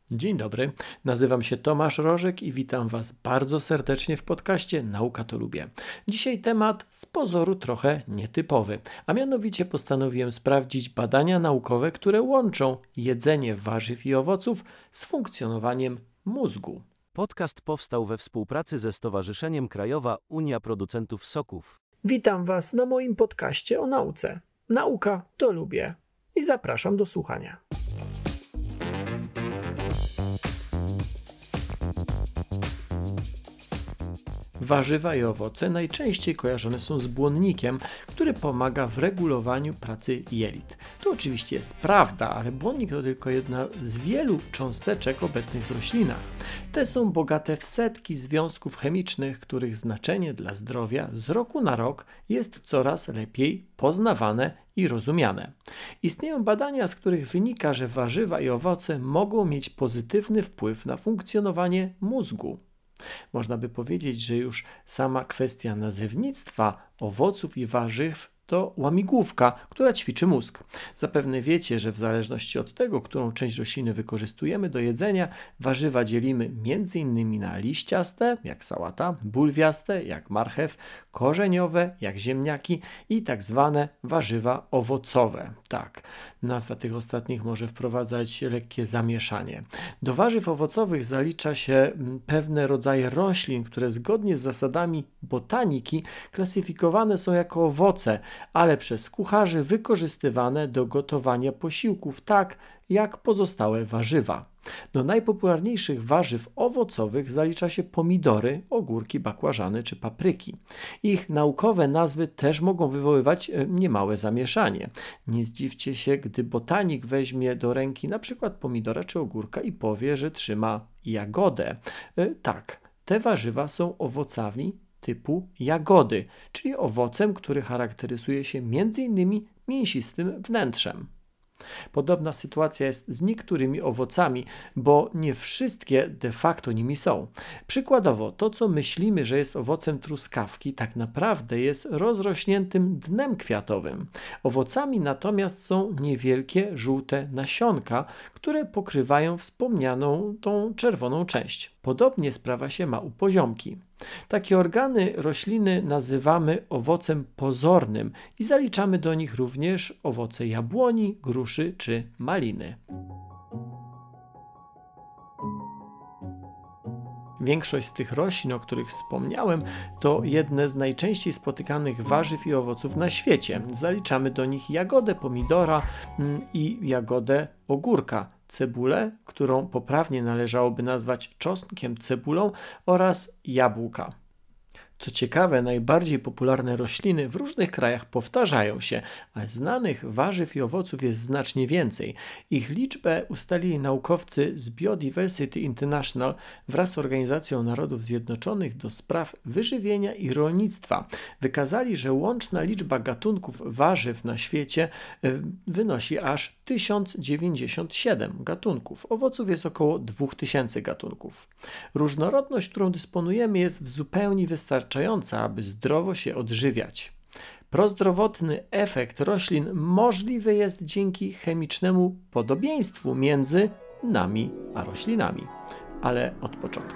Dzień dobry, nazywam się Tomasz Rożek i witam Was bardzo serdecznie w podcaście Nauka to lubię. Dzisiaj temat z pozoru trochę nietypowy, a mianowicie postanowiłem sprawdzić badania naukowe, które łączą jedzenie warzyw i owoców z funkcjonowaniem mózgu. Podcast powstał we współpracy ze Stowarzyszeniem Krajowa Unia Producentów Soków. Witam Was na moim podcaście o nauce. Nauka to lubię i zapraszam do słuchania. Warzywa i owoce najczęściej kojarzone są z błonnikiem, który pomaga w regulowaniu pracy jelit. To oczywiście jest prawda, ale błonnik to tylko jedna z wielu cząsteczek obecnych w roślinach. Te są bogate w setki związków chemicznych, których znaczenie dla zdrowia z roku na rok jest coraz lepiej poznawane i rozumiane. Istnieją badania, z których wynika, że warzywa i owoce mogą mieć pozytywny wpływ na funkcjonowanie mózgu. Można by powiedzieć, że już sama kwestia nazewnictwa owoców i warzyw to łamigłówka, która ćwiczy mózg. Zapewne wiecie, że w zależności od tego, którą część rośliny wykorzystujemy do jedzenia, warzywa dzielimy m.in. na liściaste, jak sałata, bulwiaste, jak marchew, korzeniowe, jak ziemniaki i tak zwane warzywa owocowe. Tak, nazwa tych ostatnich może wprowadzać lekkie zamieszanie. Do warzyw owocowych zalicza się pewne rodzaje roślin, które zgodnie z zasadami botaniki klasyfikowane są jako owoce, ale przez kucharzy wykorzystywane do gotowania posiłków tak jak pozostałe warzywa. Do najpopularniejszych warzyw owocowych zalicza się pomidory, ogórki, bakłażany czy papryki. Ich naukowe nazwy też mogą wywoływać niemałe zamieszanie. Nie zdziwcie się, gdy botanik weźmie do ręki na przykład pomidora czy ogórka i powie, że trzyma jagodę. Tak, te warzywa są owocami typu jagody, czyli owocem, który charakteryzuje się m.in. mięsistym wnętrzem. Podobna sytuacja jest z niektórymi owocami, bo nie wszystkie de facto nimi są. Przykładowo, to co myślimy, że jest owocem truskawki, tak naprawdę jest rozrośniętym dnem kwiatowym. Owocami natomiast są niewielkie, żółte nasionka, które pokrywają wspomnianą tą czerwoną część. Podobnie sprawa się ma u poziomki. Takie organy rośliny nazywamy owocem pozornym i zaliczamy do nich również owoce jabłoni, gruszy czy maliny. Większość z tych roślin, o których wspomniałem, to jedne z najczęściej spotykanych warzyw i owoców na świecie. Zaliczamy do nich jagodę pomidora i jagodę ogórka, cebulę, którą poprawnie należałoby nazwać czosnkiem cebulą, oraz jabłka. Co ciekawe, najbardziej popularne rośliny w różnych krajach powtarzają się, a znanych warzyw i owoców jest znacznie więcej. Ich liczbę ustalili naukowcy z Biodiversity International wraz z Organizacją Narodów Zjednoczonych do spraw wyżywienia i rolnictwa. Wykazali, że łączna liczba gatunków warzyw na świecie wynosi aż 1097 gatunków. Owoców jest około 2000 gatunków. Różnorodność, którą dysponujemy, jest w zupełnie wystarczająca, aby zdrowo się odżywiać. Prozdrowotny efekt roślin możliwy jest dzięki chemicznemu podobieństwu między nami a roślinami. Ale od początku.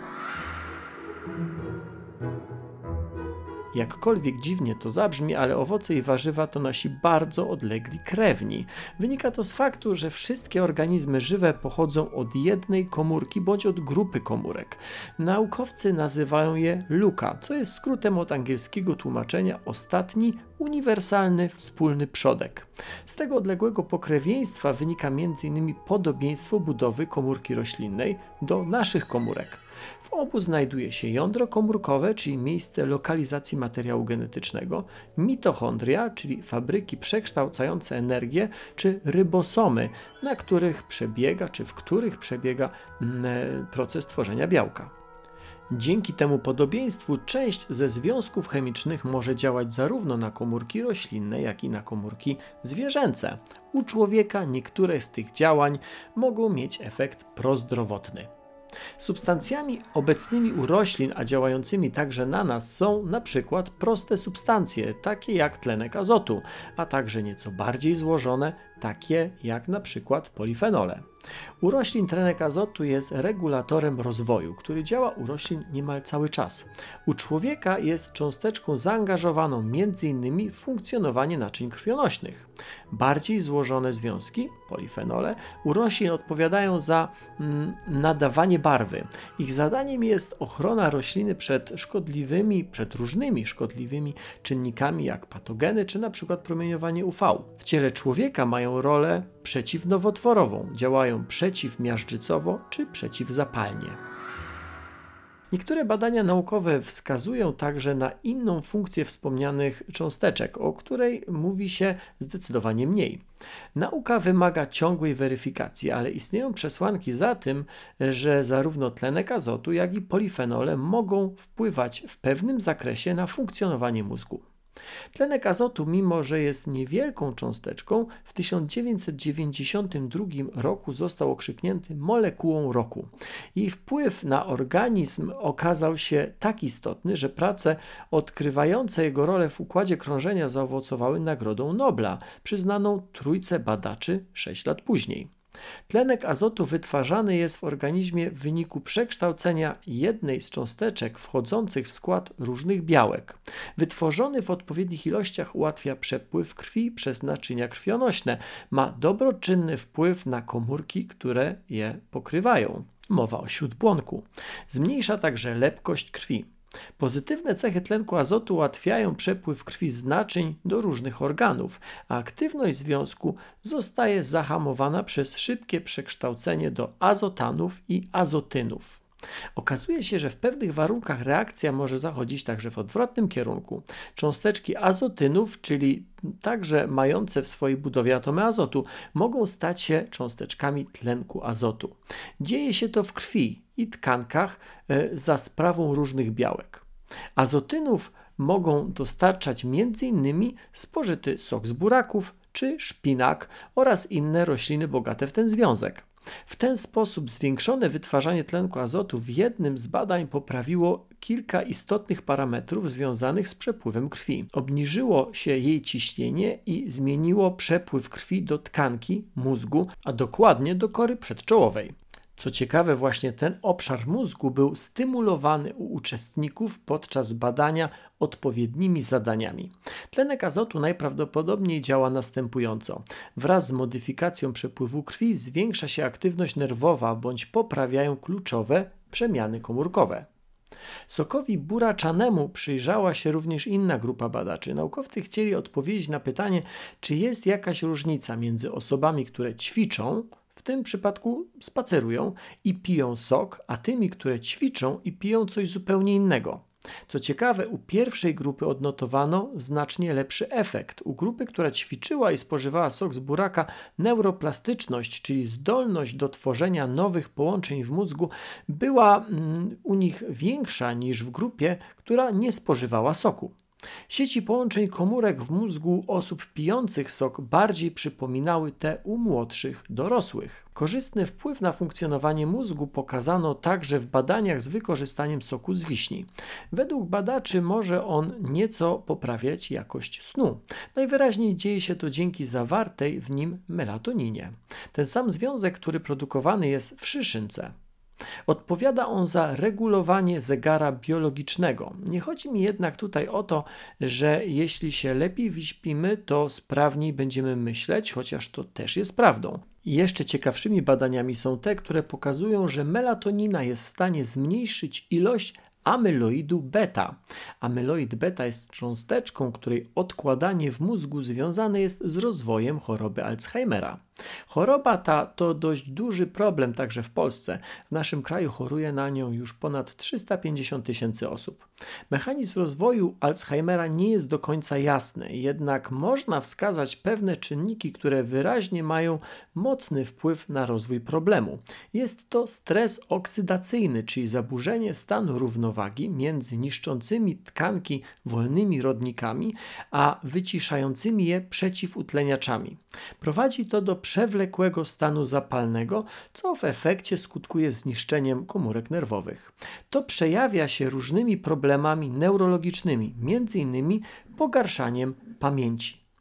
Jakkolwiek dziwnie to zabrzmi, ale owoce i warzywa to nasi bardzo odlegli krewni. Wynika to z faktu, że wszystkie organizmy żywe pochodzą od jednej komórki bądź od grupy komórek. Naukowcy nazywają je LUCA, co jest skrótem od angielskiego tłumaczenia ostatni, uniwersalny, wspólny przodek. Z tego odległego pokrewieństwa wynika m.in. podobieństwo budowy komórki roślinnej do naszych komórek. W obu znajduje się jądro komórkowe, czyli miejsce lokalizacji materiału genetycznego, mitochondria, czyli fabryki przekształcające energię, czy rybosomy, na których przebiega, czy w których przebiega proces tworzenia białka. Dzięki temu podobieństwu część ze związków chemicznych może działać zarówno na komórki roślinne, jak i na komórki zwierzęce. U człowieka niektóre z tych działań mogą mieć efekt prozdrowotny. Substancjami obecnymi u roślin, a działającymi także na nas są na przykład proste substancje, takie jak tlenek azotu, a także nieco bardziej złożone, takie jak na przykład polifenole. U roślin tlenek azotu jest regulatorem rozwoju, który działa u roślin niemal cały czas. U człowieka jest cząsteczką zaangażowaną m.in. w funkcjonowanie naczyń krwionośnych. Bardziej złożone związki, polifenole, u roślin odpowiadają za nadawanie barwy. Ich zadaniem jest ochrona rośliny przed różnymi szkodliwymi czynnikami jak patogeny czy np. promieniowanie UV. W ciele człowieka mają rolę przeciwnowotworową, działają przeciwmiażdżycowo czy przeciwzapalnie. Niektóre badania naukowe wskazują także na inną funkcję wspomnianych cząsteczek, o której mówi się zdecydowanie mniej. Nauka wymaga ciągłej weryfikacji, ale istnieją przesłanki za tym, że zarówno tlenek azotu, jak i polifenole mogą wpływać w pewnym zakresie na funkcjonowanie mózgu. Tlenek azotu, mimo że jest niewielką cząsteczką, w 1992 roku został okrzyknięty molekułą roku. Jej wpływ na organizm okazał się tak istotny, że prace odkrywające jego rolę w układzie krążenia zaowocowały Nagrodą Nobla, przyznaną trójce badaczy 6 lat później. Tlenek azotu wytwarzany jest w organizmie w wyniku przekształcenia jednej z cząsteczek wchodzących w skład różnych białek. Wytworzony w odpowiednich ilościach ułatwia przepływ krwi przez naczynia krwionośne. Ma dobroczynny wpływ na komórki, które je pokrywają. Mowa o śródbłonku. Zmniejsza także lepkość krwi. Pozytywne cechy tlenku azotu ułatwiają przepływ krwi z naczyń do różnych organów, a aktywność związku zostaje zahamowana przez szybkie przekształcenie do azotanów i azotynów. Okazuje się, że w pewnych warunkach reakcja może zachodzić także w odwrotnym kierunku. Cząsteczki azotynów, czyli także mające w swojej budowie atomy azotu, mogą stać się cząsteczkami tlenku azotu. Dzieje się to w krwi i tkankach za sprawą różnych białek. Azotynów mogą dostarczać m.in. spożyty sok z buraków czy szpinak oraz inne rośliny bogate w ten związek. W ten sposób zwiększone wytwarzanie tlenku azotu w jednym z badań poprawiło kilka istotnych parametrów związanych z przepływem krwi. Obniżyło się jej ciśnienie i zmieniło przepływ krwi do tkanki mózgu, a dokładnie do kory przedczołowej. Co ciekawe, właśnie ten obszar mózgu był stymulowany u uczestników podczas badania odpowiednimi zadaniami. Tlenek azotu najprawdopodobniej działa następująco. Wraz z modyfikacją przepływu krwi zwiększa się aktywność nerwowa bądź poprawiają kluczowe przemiany komórkowe. Sokowi buraczanemu przyjrzała się również inna grupa badaczy. Naukowcy chcieli odpowiedzieć na pytanie, czy jest jakaś różnica między osobami, które ćwiczą, w tym przypadku spacerują i piją sok, a tymi, które ćwiczą i piją coś zupełnie innego. Co ciekawe, u pierwszej grupy odnotowano znacznie lepszy efekt. U grupy, która ćwiczyła i spożywała sok z buraka, neuroplastyczność, czyli zdolność do tworzenia nowych połączeń w mózgu, była u nich większa niż w grupie, która nie spożywała soku. Sieci połączeń komórek w mózgu osób pijących sok bardziej przypominały te u młodszych dorosłych. Korzystny wpływ na funkcjonowanie mózgu pokazano także w badaniach z wykorzystaniem soku z wiśni. Według badaczy może on nieco poprawiać jakość snu. Najwyraźniej dzieje się to dzięki zawartej w nim melatoninie. Ten sam związek, który produkowany jest w szyszynce. Odpowiada on za regulowanie zegara biologicznego. Nie chodzi mi jednak tutaj o to, że jeśli się lepiej wyśpimy, to sprawniej będziemy myśleć, chociaż to też jest prawdą. Jeszcze ciekawszymi badaniami są te, które pokazują, że melatonina jest w stanie zmniejszyć ilość amyloidu beta. Amyloid beta jest cząsteczką, której odkładanie w mózgu związane jest z rozwojem choroby Alzheimera. Choroba ta to dość duży problem także w Polsce. W naszym kraju choruje na nią już ponad 350 000 osób. Mechanizm rozwoju Alzheimera nie jest do końca jasny, jednak można wskazać pewne czynniki, które wyraźnie mają mocny wpływ na rozwój problemu. Jest to stres oksydacyjny, czyli zaburzenie stanu równowagi między niszczącymi tkanki wolnymi rodnikami, a wyciszającymi je przeciwutleniaczami. Prowadzi to do przewlekłego stanu zapalnego, co w efekcie skutkuje zniszczeniem komórek nerwowych. To przejawia się różnymi problemami neurologicznymi, m.in. pogarszaniem pamięci.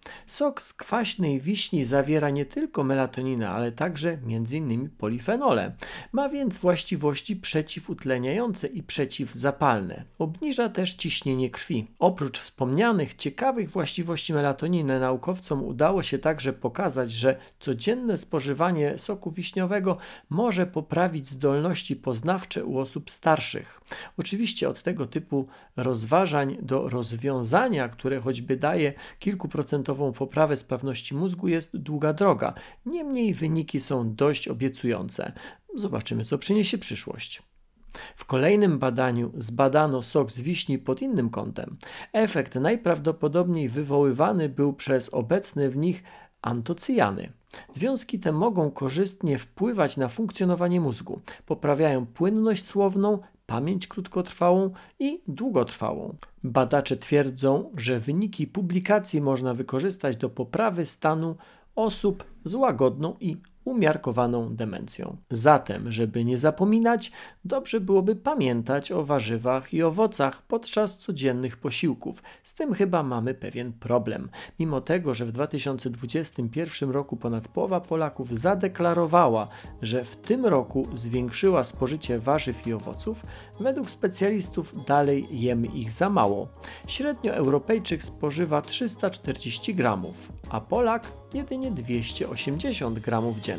Sok z kwaśnej wiśni zawiera nie tylko melatoninę, ale także m.in. polifenole. Ma więc właściwości przeciwutleniające i przeciwzapalne. Obniża też ciśnienie krwi. Oprócz wspomnianych ciekawych właściwości melatoniny, naukowcom udało się także pokazać, że codzienne spożywanie soku wiśniowego może poprawić zdolności poznawcze u osób starszych. Oczywiście od tego typu rozważań do rozwiązania, które choćby daje kilkuprocentową poprawę sprawności mózgu, jest długa droga. Niemniej wyniki są dość obiecujące. Zobaczymy, co przyniesie przyszłość. W kolejnym badaniu zbadano sok z wiśni pod innym kątem. Efekt najprawdopodobniej wywoływany był przez obecne w nich antocyjany. Związki te mogą korzystnie wpływać na funkcjonowanie mózgu. Poprawiają płynność słowną, pamięć krótkotrwałą i długotrwałą. Badacze twierdzą, że wyniki publikacji można wykorzystać do poprawy stanu osób z łagodną i umiarkowaną demencją. Zatem, żeby nie zapominać, dobrze byłoby pamiętać o warzywach i owocach podczas codziennych posiłków. Z tym chyba mamy pewien problem. Mimo tego, że w 2021 roku ponad połowa Polaków zadeklarowała, że w tym roku zwiększyła spożycie warzyw i owoców, według specjalistów dalej jemy ich za mało. Średnio Europejczyk spożywa 340 gramów, a Polak jedynie 280 gramów dziennie.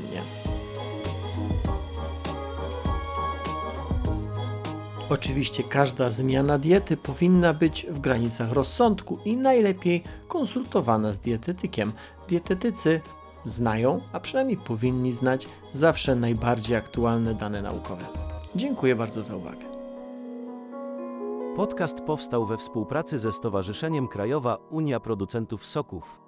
Oczywiście każda zmiana diety powinna być w granicach rozsądku i najlepiej konsultowana z dietetykiem. Dietetycy znają, a przynajmniej powinni znać, zawsze najbardziej aktualne dane naukowe. Dziękuję bardzo za uwagę. Podcast powstał we współpracy ze Stowarzyszeniem Krajowa Unia Producentów Soków.